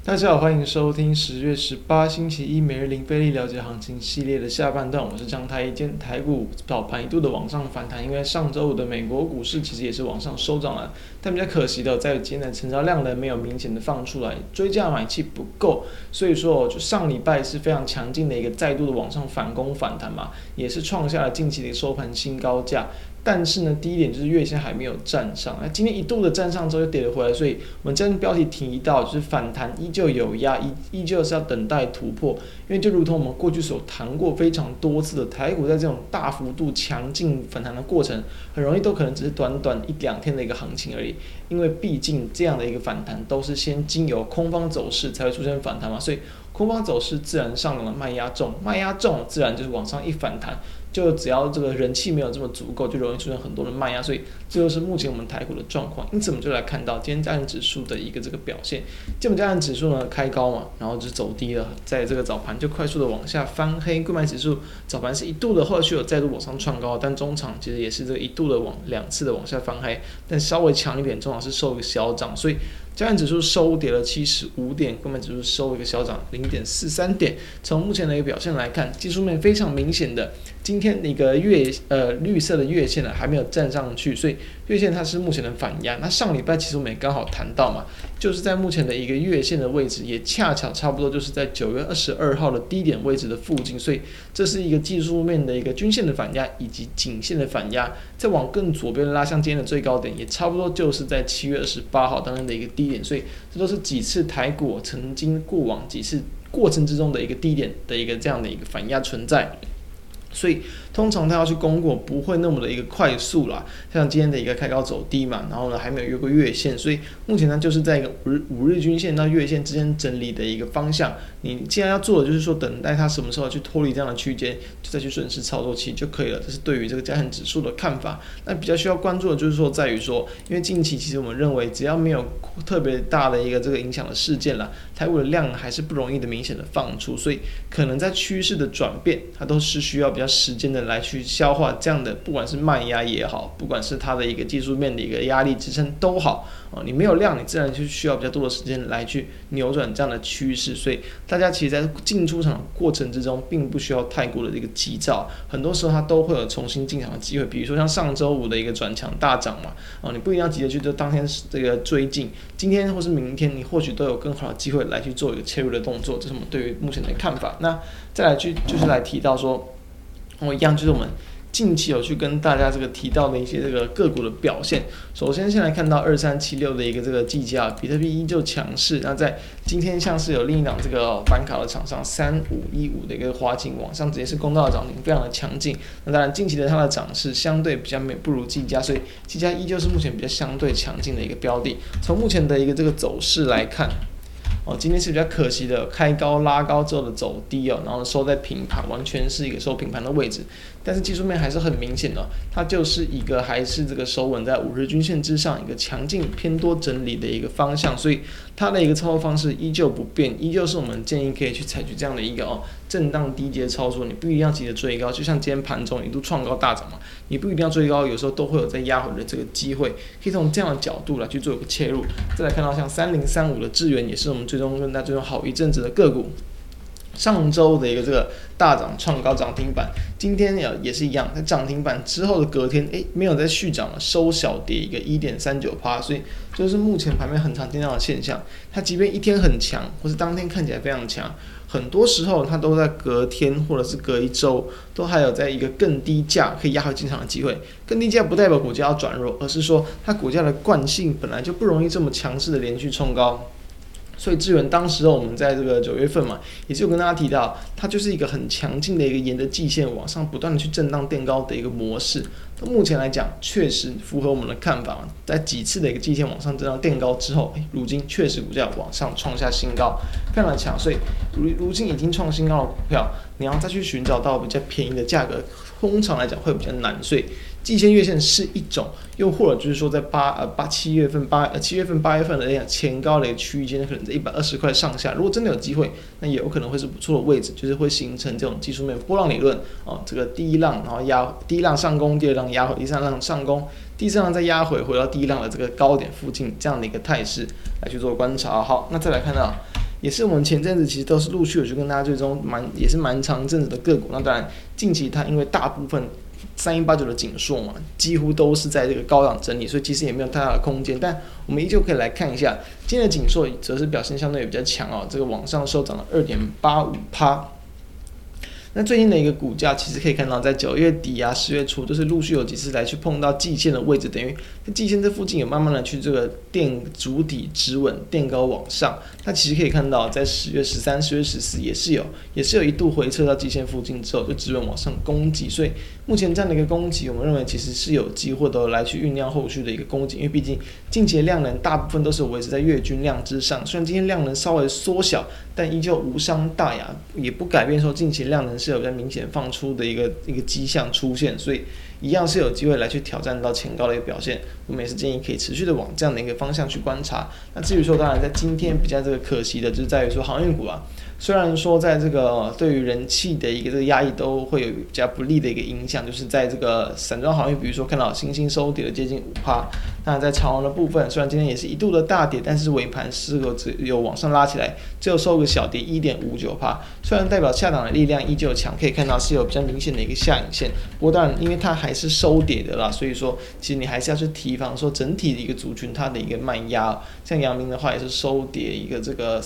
大家好，欢迎收听10月18星期一每日零费力了解行情系列的下半段，我是张太一。今天台股早盘一度的往上反弹，因为上周五的美国股市其实也是往上收涨了，但比较可惜的在于今天的成交量呢没有明显的放出来，追价买气不够，所以说就上礼拜是非常强劲的一个再度的往上反攻反弹嘛，也是创下了近期的收盘新高价。但是呢，第一点就是月线还没有站上，那今天一度的站上之后又跌了回来，所以我们今天标题提到就是反弹依旧有压，依旧是要等待突破，因为就如同我们过去所谈过非常多次的，台股在这种大幅度强劲反弹的过程，很容易都可能只是短短一两天的一个行情而已，因为毕竟这样的一个反弹都是先经由空方走势才会出现反弹嘛，所以空方走势自然上扬了卖压重，卖压重自然就是往上一反弹。就只要这个人气没有这么足够，就容易出现很多的卖压，所以这就是目前我们台股的状况。因此，我们就来看到今天加权指数的一个这个表现。基本加权指数呢开高嘛，然后就走低了，在这个早盘就快速的往下翻黑。柜买指数早盘是一度的，后续有再度往上创高，但中场其实也是这个一度的两次的往下翻黑，但稍微强一点，中场是收一个小涨，所以加权指数收跌了75点，柜买指数收一个小涨0.43点。从目前的一个表现来看，技术面非常明显的。今天的一个绿色的月线呢还没有站上去，所以月线它是目前的反压。那上礼拜其实我们也刚好谈到嘛，就是在目前的一个月线的位置，也恰巧差不多就是在9月22号的低点位置的附近，所以这是一个技术面的一个均线的反压以及颈线的反压。再往更左边拉向今天的最高点，也差不多就是在7月28号当天的一个低点，所以这都是几次台股曾经过往几次过程之中的一个低点的一个这样的一个反压存在。所以通常它要去攻过不会那么的一个快速啦，像今天的一个开高走低嘛，然后呢还没有越过月线，所以目前呢就是在一个五日均线到月线之间整理的一个方向。你既然要做的就是说等待它什么时候去脱离这样的区间，就再去顺势操作期就可以了。这是对于这个加权指数的看法。那比较需要关注的就是说在于说，因为近期其实我们认为只要没有特别大的一个这个影响的事件啦，台股的量还是不容易的明显的放出，所以可能在趋势的转变，它都是需要比较时间的来去消化这样的，不管是卖压也好，不管是它的一个技术面的一个压力支撑都好，你没有量，你自然就需要比较多的时间来去扭转这样的趋势。所以大家其实在进出场的过程之中，并不需要太过的一个急躁，很多时候它都会有重新进场的机会。比如说像上周五的一个转强大涨嘛，你不一定要急着去就当天这个追进，今天或是明天你或许都有更好的机会来去做一个切入的动作，这是我们对于目前的看法。那再来就是来提到说，一样就是我们近期有去跟大家这个提到的一些这个个股的表现。首先先来看到2376的一个这个技嘉，比特币依旧强势。那在今天像是有另一档这个板卡的厂商3515的一个华景往上直接是攻到了涨停，非常的强劲。那当然近期的它的涨势相对比较不如技嘉，所以技嘉依旧是目前比较相对强劲的一个标的。从目前的一个这个走势来看，今天是比较可惜的，开高拉高之后的走低然后收在平盘，完全是一个收平盘的位置。但是技术面还是很明显的，它就是一个还是这个守稳在5日均线之上，一个强劲偏多整理的一个方向，所以它的一个操作方式依旧不变，依旧是我们建议可以去采取这样的一个震荡低阶操作。你不一定要急着追高，就像今天盘中一度创高大涨嘛，你不一定要追高，有时候都会有再压回的这个机会，可以从这样的角度来去做一个切入。再来看到像3035的智原，也是我们最终跟大家追踪好一阵子的个股。上周的一个这个大涨创高涨停板，今天也是一样，在涨停板之后的隔天，没有再续涨了，收小跌一个1.39%，所以就是目前盘面很常见到的现象。它即便一天很强，或是当天看起来非常强，很多时候它都在隔天或者是隔一周，都还有在一个更低价可以压回进场的机会。更低价不代表股价要转弱，而是说它股价的惯性本来就不容易这么强势的连续冲高。所以智原当时我们在这个9月份嘛，也是有跟大家提到，它就是一个很强劲的一个沿着季线往上不断的去震荡垫高的一个模式。那目前来讲，确实符合我们的看法，在几次的一个季线往上震荡垫高之后，如今确实股价往上创下新高，非常的强。所以如今已经创新高的股票，你要再去寻找到比较便宜的价格，通常来讲会比较难。所以季线月线是一种，又或者就是说在7月份8月份的前高的一个区间，可能在120块上下，如果真的有机会，那也有可能会是不错的位置，就是会形成这种技术面波浪理论这个第一浪，然后第一浪上攻，第二浪压回，第三浪上攻，第四浪再压回到第一浪的这个高点附近，这样的一个态势来去做观察。好，那再来看到也是我们前阵子其实都是陆续有去跟大家追踪也是蛮长阵子的个股。那当然近期它因为大部分3189的景硕嘛，几乎都是在这个高档整理，所以其实也没有太大的空间。但我们依旧可以来看一下，今天的景硕则是表现相对比较强哦，这个往上收涨了2.85%。那最近的一个股价，其实可以看到，在9月底啊、10月初，都是陆续有几次来去碰到季线的位置，等于在季线这附近有慢慢的去这个垫主体止稳，垫高往上。那其实可以看到，在10月13、10月14也是有一度回撤到季线附近之后，就止稳往上攻击。所以目前这样的一个攻击，我们认为其实是有机会的来去酝酿后续的一个攻击，因为毕竟近期的量能大部分都是维持在月均量之上，虽然今天量能稍微缩小，但依旧无伤大雅，也不改变说近期量能是有比较明显放出的一个迹象出现，所以一样是有机会来去挑战到前高的一个表现。我们也是建议可以持续的往这样的一个方向去观察。那至于说，当然在今天比较这个可惜的，就是在于说航运股啊，虽然说在这个对于人气的一个这个压抑都会有比较不利的一个影响，就是在这个散装航运，比如说看到新兴收跌了接近5%。那在长荣的部分，虽然今天也是一度的大跌，但是尾盘是有往上拉起来，只有收个小跌1.59%。虽然代表下档的力量依旧强，可以看到是有比较明显的一个下影线。不过当然，因为它还是收跌的啦，所以说其实你还是要去提防说整体的一个族群它的一个卖压。像阳明的话也是收跌一个这个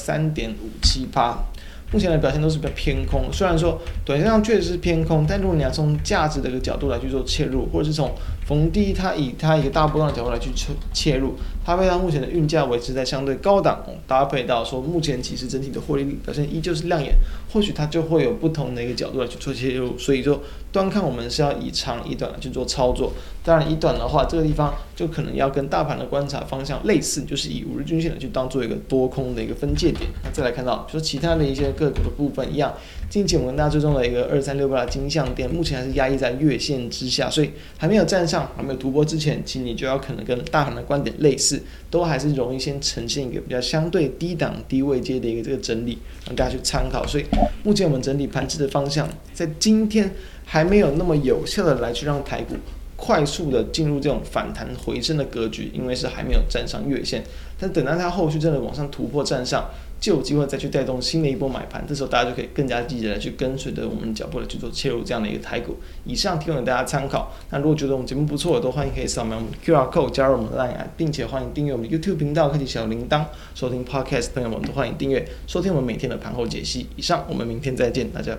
3.57%。目前的表现都是比较偏空，虽然说短线上确实是偏空，但如果你要从价值的一个角度来去做切入，或者是从逢低以它一个大波浪的角度来去切入，搭配到目前的运价维持在相对高档，搭配到说目前其实整体的获利率表现依旧是亮眼，或许它就会有不同的一个角度来去做切入。所以说端看我们是要以长以短来去做操作。当然以短的话，这个地方就可能要跟大盘的观察方向类似，就是以5日均线来去当做一个多空的一个分界点。那再来看到就是其他的一些个股的部分一样，近期我们跟大家追踪的一个2368的金像电，目前还是压抑在月线之下，所以还没有站上，还没有突破之前，其实你就要可能跟大盘的观点类似，都还是容易先呈现一个比较相对低档低位阶的一个这个整理，让大家去参考。所以目前我们整理盘势的方向，在今天还没有那么有效的来去让台股快速的进入这种反弹回升的格局，因为是还没有站上月线，但等到它后续真的往上突破站上，就有机会再去带动新的一波买盘，这时候大家就可以更加积极的去跟随着我们脚步来去做切入这样的一个台股。以上提供给大家参考。那如果觉得我们节目不错的，都欢迎可以扫描我们的 QR Code 加入我们的 LINE， 并且欢迎订阅我们的 YouTube 频道，开启小铃铛，收听 Podcast 朋友们都欢迎订阅收听我们每天的盘后解析。以上，我们明天再见，大家